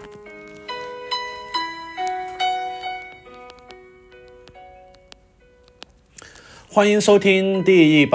欢迎收听第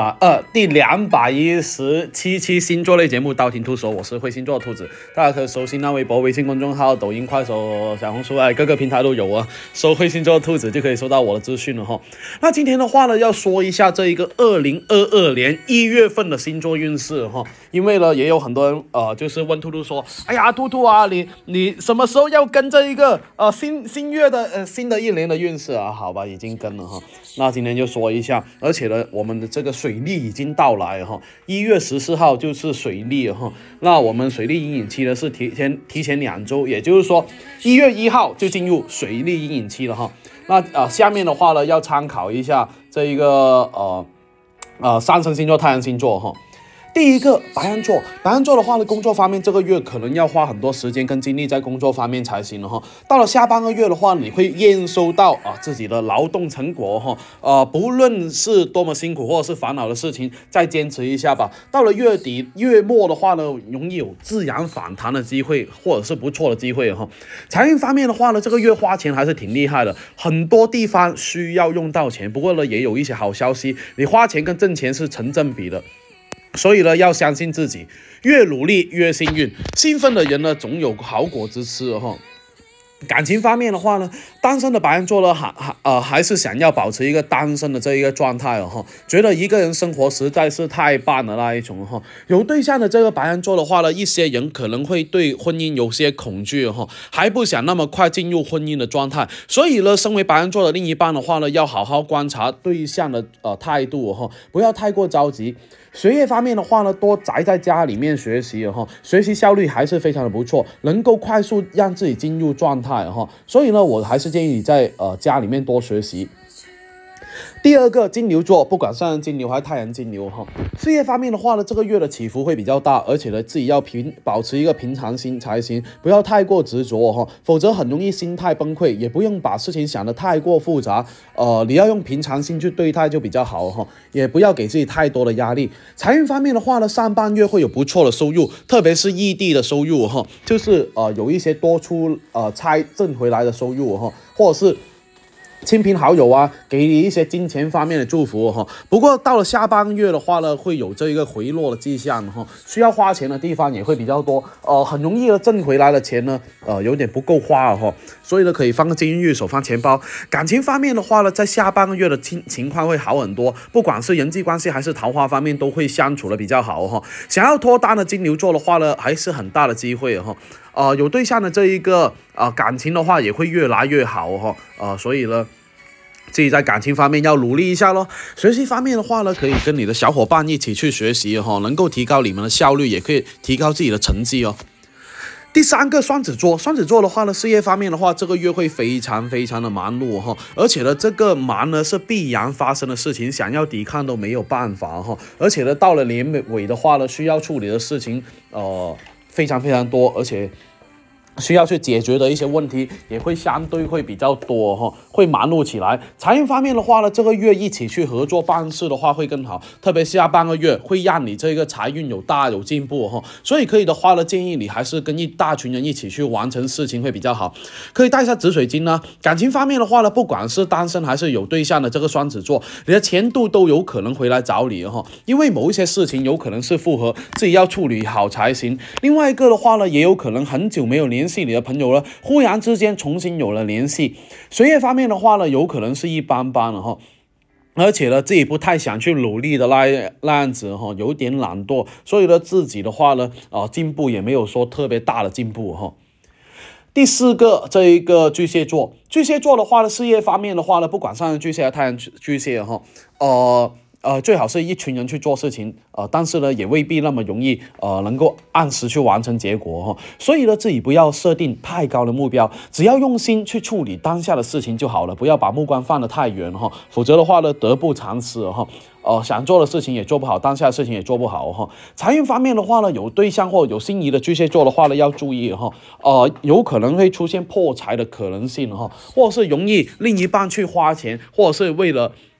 217期星座类节目《道听途说》，我是会星座的兔子。大家可以搜新浪微博、微信公众号、抖音、快手、小红书各个平台都有啊。搜会星座的兔子就可以收到我的资讯了哈。那今天的话呢，要说一下这一个2022年1月份的星座运势哈。因为呢，也有很多人就是问兔兔说，哎呀，兔兔啊，你什么时候要跟这一个新月的新的一年的运势啊？好吧，已经跟了哈。那今天就说一下，而且呢，我们的这个水历已经到来哈，1月14号就是水历哈。那我们水历阴影期呢是提前2周，也就是说1月1号就进入水历阴影期了哈。那下面的话呢，要参考一下这一个上升星座、太阳星座哈。第一个白羊座的话呢，工作方面这个月可能要花很多时间跟精力在工作方面才行了哈。到了下半个月的话，你会验收到自己的劳动成果哈。不论是多么辛苦或者是烦恼的事情，再坚持一下吧。到了月底月末的话呢，容易有自然反弹的机会，或者是不错的机会哈。财运方面的话呢，这个月花钱还是挺厉害的，很多地方需要用到钱。不过呢，也有一些好消息，你花钱跟挣钱是成正比的。所以呢，要相信自己，越努力越幸运。兴奋的人呢，总有好果子吃哈。感情方面的话呢，单身的白羊座呢，还是想要保持一个单身的这一个状态哈，觉得一个人生活实在是太棒的那一种哈。有对象的这个白羊座的话呢，一些人可能会对婚姻有些恐惧哈，还不想那么快进入婚姻的状态。所以呢，身为白羊座的另一半的话呢，要好好观察对象的态度哈，不要太过着急。学业方面的话呢，多宅在家里面学习哈，学习效率还是非常的不错，能够快速让自己进入状态哈。所以呢，我还是建议你在家里面多学习。第二个金牛座，不管上升金牛还是太阳金牛哈，事业方面的话呢，这个月的起伏会比较大，而且呢，自己要保持一个平常心才行，不要太过执着哈，否则很容易心态崩溃。也不用把事情想得太过复杂，你要用平常心去对待就比较好哈，也不要给自己太多的压力。财运方面的话呢，上半月会有不错的收入，特别是异地的收入哈，就是有一些多出差挣回来的收入哈，或者是亲朋好友给你一些金钱方面的祝福哈。不过到了下半月的话呢，会有这一个回落的迹象哈，需要花钱的地方也会比较多，很容易的挣回来的钱呢，有点不够花哈，所以呢，可以放个金玉手放钱包。感情方面的话呢，在下半个月的情况会好很多，不管是人际关系还是桃花方面，都会相处的比较好哈。想要脱单的金牛座的话呢，还是很大的机会哈。有对象的这一个感情的话也会越来越好哈，所以呢，自己在感情方面要努力一下咯。学习方面的话呢，可以跟你的小伙伴一起去学习哈，能够提高你们的效率，也可以提高自己的成绩哦。第三个双子座的话呢，事业方面的话，这个月会非常非常的忙碌哈，而且呢，这个忙呢是必然发生的事情，想要抵抗都没有办法哈。而且呢，到了年尾的话呢，需要处理的事情非常非常多，而且需要去解决的一些问题也会相对会比较多哈，会忙碌起来。财运方面的话呢，这个月一起去合作办事的话会更好，特别下半个月会让你这个财运有进步哈，所以可以的话呢，建议你还是跟一大群人一起去完成事情会比较好，可以带下紫水晶呢。感情方面的话呢，不管是单身还是有对象的这个双子座，你的前度都有可能回来找你哈，因为某一些事情有可能是复合，自己要处理好才行。另外一个的话呢，也有可能很久没有联系你的朋友了，忽然之间重新有了联系。学业方面的话呢，有可能是一般般了哈，而且呢，自己不太想去努力的那样子哈，有点懒惰，所以呢，自己的话呢，进步也没有说特别大的进步哈。第四个，这一个巨蟹座的话呢，事业方面的话呢，不管上升巨蟹和太阳巨蟹哈，最好是一群人去做事情，但是呢，也未必那么容易，能够按时去完成结果哈。所以呢，自己不要设定太高的目标，只要用心去处理当下的事情就好了，不要把目光放得太远哈，否则的话呢，得不偿失哈。想做的事情也做不好，当下的事情也做不好哈。财运方面的话呢，有对象或有心仪的巨蟹座的话呢，要注意哈，有可能会出现破财的可能性哈，或者是容易另一半去花钱，或者是为了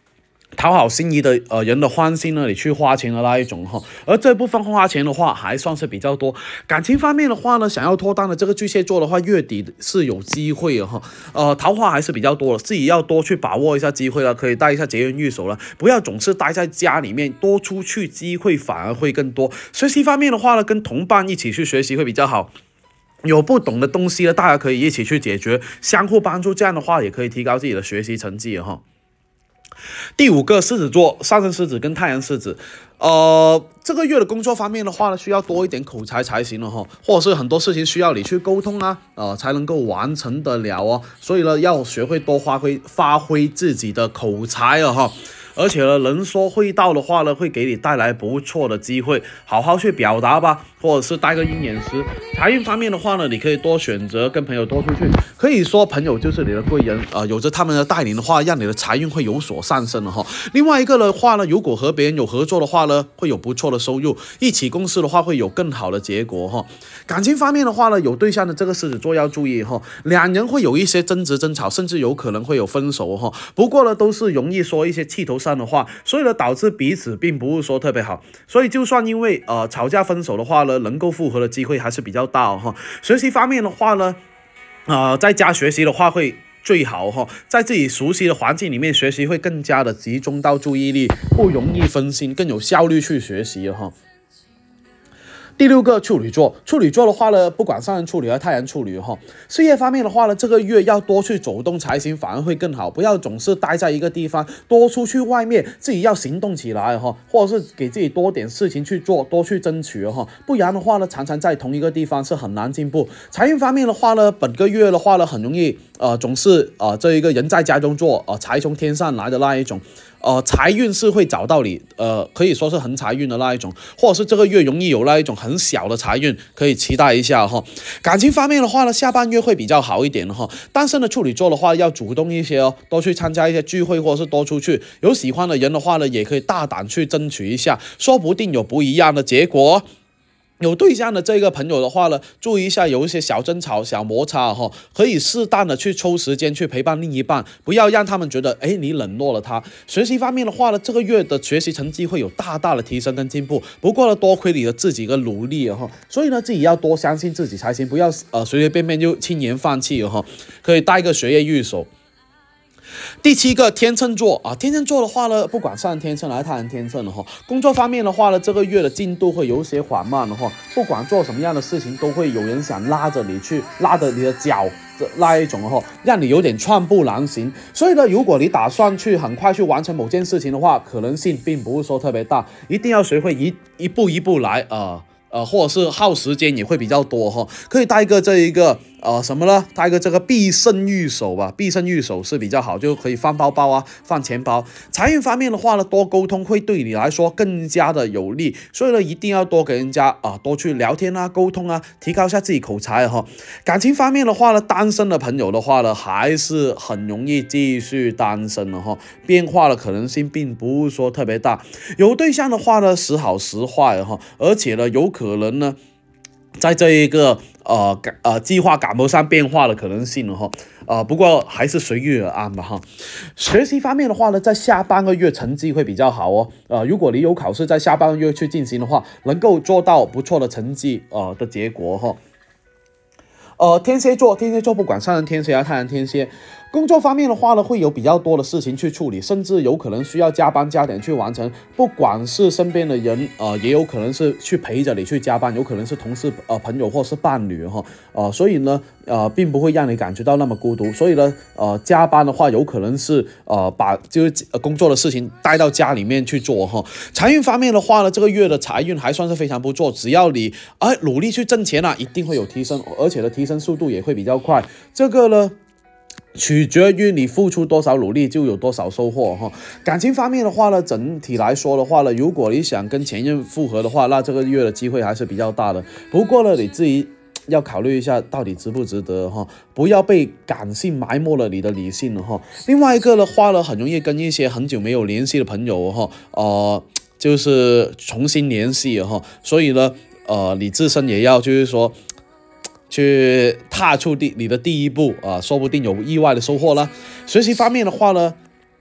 讨好心仪的人的欢心呢，你去花钱的那一种哈，而这部分花钱的话还算是比较多。感情方面的话呢，想要脱单的这个巨蟹座的话，月底是有机会的哈，桃花还是比较多的，自己要多去把握一下机会了，可以带一下节约玉手了，不要总是待在家里面，多出去机会反而会更多。学习方面的话呢，跟同伴一起去学习会比较好。有不懂的东西呢，大家可以一起去解决，相互帮助，这样的话也可以提高自己的学习成绩哈。第五个狮子座，上升狮子跟太阳狮子，这个月的工作方面的话呢，需要多一点口才才行了哈，或者是很多事情需要你去沟通啊，才能够完成得了哦。所以呢，要学会多发挥自己的口才了哈。而且呢，能说会道的话呢，会给你带来不错的机会，好好去表达吧，或者是带个鹰眼石。财运方面的话呢，你可以多选择跟朋友多出去，可以说朋友就是你的贵人，有着他们的带领的话，让你的财运会有所上升的哈。另外一个的话呢，如果和别人有合作的话呢，会有不错的收入，一起共事的话会有更好的结果哈。感情方面的话呢，有对象的这个狮子座要注意哈，两人会有一些争执争吵，甚至有可能会有分手哈。不过呢，都是容易说一些气头上的话，所以呢，导致彼此并不是说特别好。所以就算因为吵架分手的话呢，能够复合的机会还是比较大哈。学习方面的话呢，在家学习的话会最好哈，在自己熟悉的环境里面学习会更加的集中到注意力，不容易分心，更有效率去学习哈。第六个处女座，处女座的话呢，不管上升处女和太阳处女哈，事业方面的话呢，这个月要多去走动才行，反而会更好，不要总是待在一个地方，多出去外面，自己要行动起来哈，或者是给自己多点事情去做，多去争取哈，不然的话呢，常常在同一个地方是很难进步。财运方面的话呢，本个月的话呢，很容易总是这一个人在家中坐，财从天上来的那一种。财运是会找到你，可以说是横财运的那一种，或者是这个月容易有那一种很小的财运，可以期待一下哈。感情方面的话呢，下半月会比较好一点哈。单身的处女座的话，要主动一些哦，多去参加一些聚会，或者是多出去。有喜欢的人的话呢，也可以大胆去争取一下，说不定有不一样的结果。有对象的这个朋友的话呢，注意一下有一些小争吵、小摩擦哈，可以适当的去抽时间去陪伴另一半，不要让他们觉得你冷落了他。学习方面的话呢，这个月的学习成绩会有大大的提升跟进步，不过呢，多亏你的自己的努力哈，所以呢，自己要多相信自己才行，不要随随便便就轻言放弃哈，可以带个学业玉手。第七个天秤座啊，天秤座的话呢，不管上天秤还是太阳天秤的话，工作方面的话呢，这个月的进度会有些缓慢的话，不管做什么样的事情，都会有人想拉着你的脚那一种的话，让你有点寸步难行。所以呢，如果你打算去很快去完成某件事情的话，可能性并不是说特别大，一定要学会一步一步来或者是耗时间也会比较多哈，可以带一个这一个什么呢？带一个这个必胜玉手吧，必胜玉手是比较好，就可以放包包啊，放钱包。财运方面的话呢，多沟通会对你来说更加的有利，所以呢，一定要多给人家多去聊天啊，沟通啊，提高一下自己口才哈。感情方面的话呢，单身的朋友的话呢，还是很容易继续单身的哈，变化的可能性并不是说特别大。有对象的话呢，时好时坏哈，而且呢，有可能呢，在这一个计划赶不上变化的可能性了哈，不过还是随遇而安吧哈。学习方面的话呢，在下半个月成绩会比较好哦，如果你有考试在下半个月去进行的话，能够做到不错的成绩的结果哈。天蝎座不管上升天蝎还是太阳天蝎，工作方面的话呢，会有比较多的事情去处理，甚至有可能需要加班加点去完成。不管是身边的人，也有可能是去陪着你去加班，有可能是同事、朋友或是伴侣哈，所以呢，并不会让你感觉到那么孤独。所以呢，加班的话，有可能是把就是工作的事情带到家里面去做哈。财运方面的话呢，这个月的财运还算是非常不错，只要你努力去挣钱一定会有提升，而且的提升速度也会比较快。这个呢，取决于你付出多少努力就有多少收获哈。感情方面的话呢，整体来说的话呢，如果你想跟前任复合的话，那这个月的机会还是比较大的。不过呢，你自己要考虑一下到底值不值得哈，不要被感性埋没了你的理性了哈。另外一个的话呢，很容易跟一些很久没有联系的朋友哈，就是重新联系哈，所以呢，你自身也要就是说，去踏出你的第一步说不定有意外的收获啦。学习方面的话呢，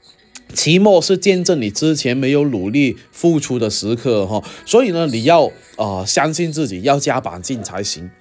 期末是见证你之前没有努力付出的时刻哈，所以呢，你要相信自己，要加把劲才行。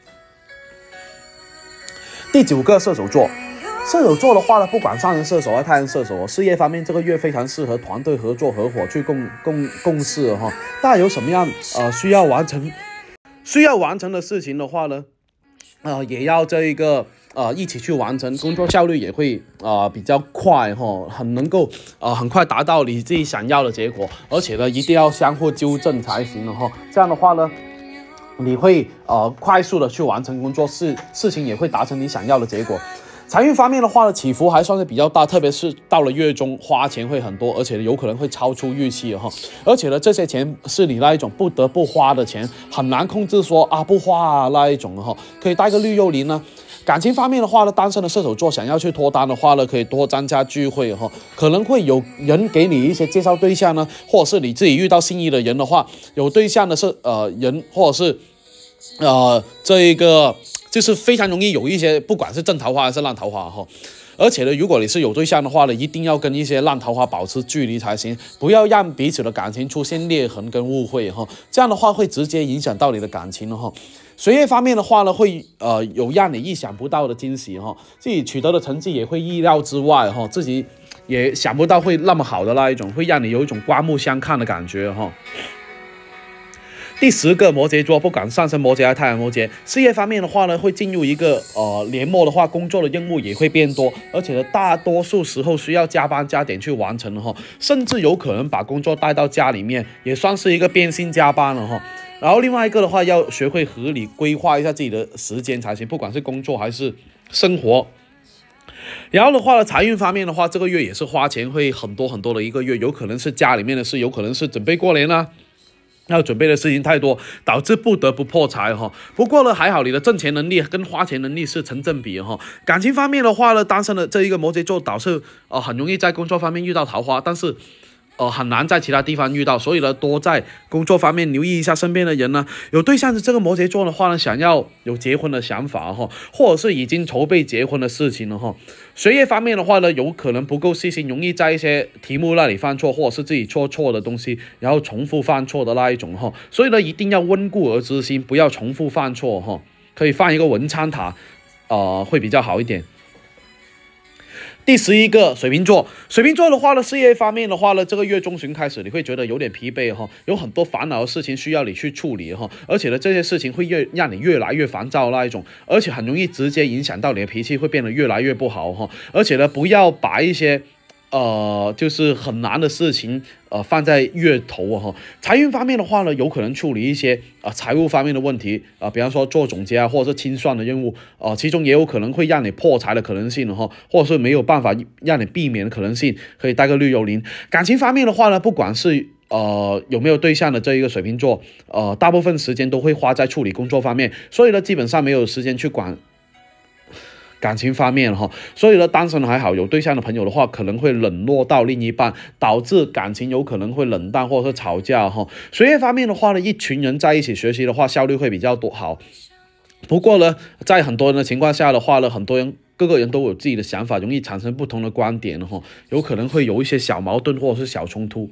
第9个射手座，射手座的话呢，不管上升射手和太阳射手，事业方面这个月非常适合团队合作、合伙去共事哈。大家有什么样需要完成的事情的话呢，也要这一个一起去完成，工作效率也会比较快哈，很能够很快达到你自己想要的结果，而且呢一定要相互纠正才行了哈。这样的话呢，你会快速的去完成工作，事情也会达成你想要的结果。财运方面的话呢，起伏还算是比较大，特别是到了月中，花钱会很多，而且有可能会超出预期哈。而且呢，这些钱是你那一种不得不花的钱，很难控制说不花那一种哈。可以带个绿幽灵呢。感情方面的话呢，单身的射手座想要去脱单的话呢，可以多参加聚会哈，可能会有人给你一些介绍对象呢，或者是你自己遇到心仪的人的话，有对象的是人，或者是这一个就是非常容易有一些，不管是正桃花还是烂桃花哈。而且呢，如果你是有对象的话呢，一定要跟一些烂桃花保持距离才行，不要让彼此的感情出现裂痕跟误会哈，这样的话会直接影响到你的感情哈。学业方面的话呢，会有让你意想不到的惊喜哈，自己取得的成绩也会意料之外哈，自己也想不到会那么好的那一种，会让你有一种刮目相看的感觉哈。第10个摩羯座，不管上升摩羯还是太阳摩羯，事业方面的话呢，会进入一个年末的话，工作的任务也会变多，而且呢，大多数时候需要加班加点去完成哈，甚至有可能把工作带到家里面，也算是一个变性加班了哈。然后另外一个的话，要学会合理规划一下自己的时间才行，不管是工作还是生活。然后的话呢，财运方面的话，这个月也是花钱会很多很多的一个月，有可能是家里面的事，有可能是准备过年啦。要准备的事情太多，导致不得不破财哈。不过呢，还好你的挣钱能力跟花钱能力是成正比哈。感情方面的话呢，单身的这一个摩羯座导致很容易在工作方面遇到桃花，但是很难在其他地方遇到，所以呢，多在工作方面留意一下身边的人呢。有对象的这个摩羯座的话呢，想要有结婚的想法哈，或者是已经筹备结婚的事情了哈。学业方面的话呢，有可能不够细心，容易在一些题目那里犯错，或者是自己做错的东西，然后重复犯错的那一种哈。所以呢，一定要温故而知新，不要重复犯错哈。可以放一个文昌塔，会比较好一点。第11个水瓶座，水瓶座的话呢，事业方面的话呢，这个月中旬开始你会觉得有点疲惫哈，有很多烦恼的事情需要你去处理哈，而且呢，这些事情会让你越来越烦躁那一种，而且很容易直接影响到你的脾气，会变得越来越不好哈。而且呢，不要把一些就是很难的事情放在月头哈。财运方面的话呢，有可能处理一些财务方面的问题比方说做总结或者是清算的任务其中也有可能会让你破财的可能性哈，或者是没有办法让你避免的可能性，可以带个绿幽灵。感情方面的话呢，不管是有没有对象的这一个水瓶座大部分时间都会花在处理工作方面，所以呢，基本上没有时间去管感情方面哈，所以呢，单身还好，有对象的朋友的话，可能会冷落到另一半，导致感情有可能会冷淡或者是吵架哈。学业方面的话呢，一群人在一起学习的话，效率会比较多好。不过呢，在很多人的情况下的话呢，各个人都有自己的想法，容易产生不同的观点哈，有可能会有一些小矛盾或者是小冲突。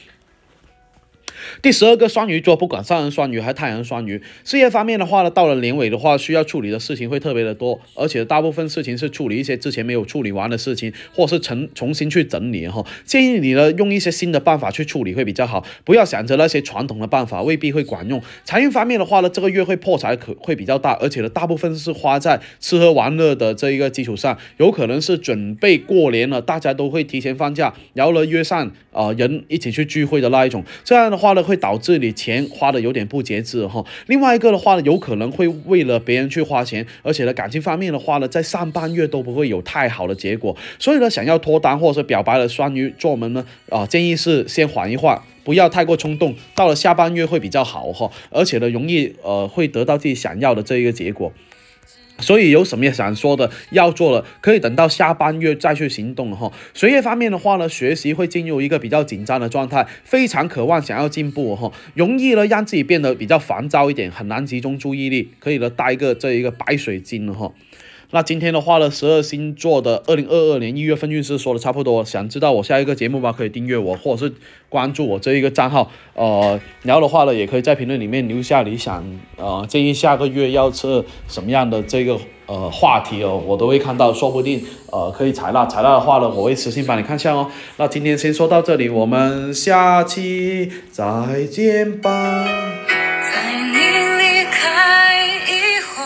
第12个双鱼座，不管上升双鱼还是太阳双鱼，事业方面的话呢，到了年尾的话，需要处理的事情会特别的多，而且大部分事情是处理一些之前没有处理完的事情，或是重新去整理哈。建议你呢用一些新的办法去处理会比较好，不要想着那些传统的办法未必会管用。财运方面的话呢，这个月会破财会比较大，而且呢大部分是花在吃喝玩乐的这一个基础上，有可能是准备过年了，大家都会提前放假，然后呢约上人一起去聚会的那一种，这样的话呢会导致你钱花的有点不节制哈。另外一个的话呢，有可能会为了别人去花钱，而且呢感情方面的话呢，在上半月都不会有太好的结果，所以呢想要脱单或者是表白的双鱼座们呢建议是先缓一缓，不要太过冲动，到了下半月会比较好哈，而且呢容易会得到自己想要的这一个结果。所以有什么想说的要做了，可以等到下半月再去行动哈。学业方面的话呢，学习会进入一个比较紧张的状态，非常渴望想要进步哈，容易呢让自己变得比较烦躁一点，很难集中注意力，可以呢带这一个白水晶哈。 那今天的话呢，12星座的2022年1月份运势说的差不多，想知道我下一个节目吗？可以订阅我，或者是关注我这一个账号。然后的话呢，也可以在评论里面留下你想建议下个月要测什么样的这个话题哦，我都会看到，说不定可以采纳的话呢，我会私信帮你看一下哦。那今天先说到这里，我们下期再见吧。 在你离开以后，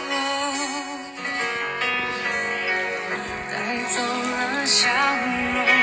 带走了笑容。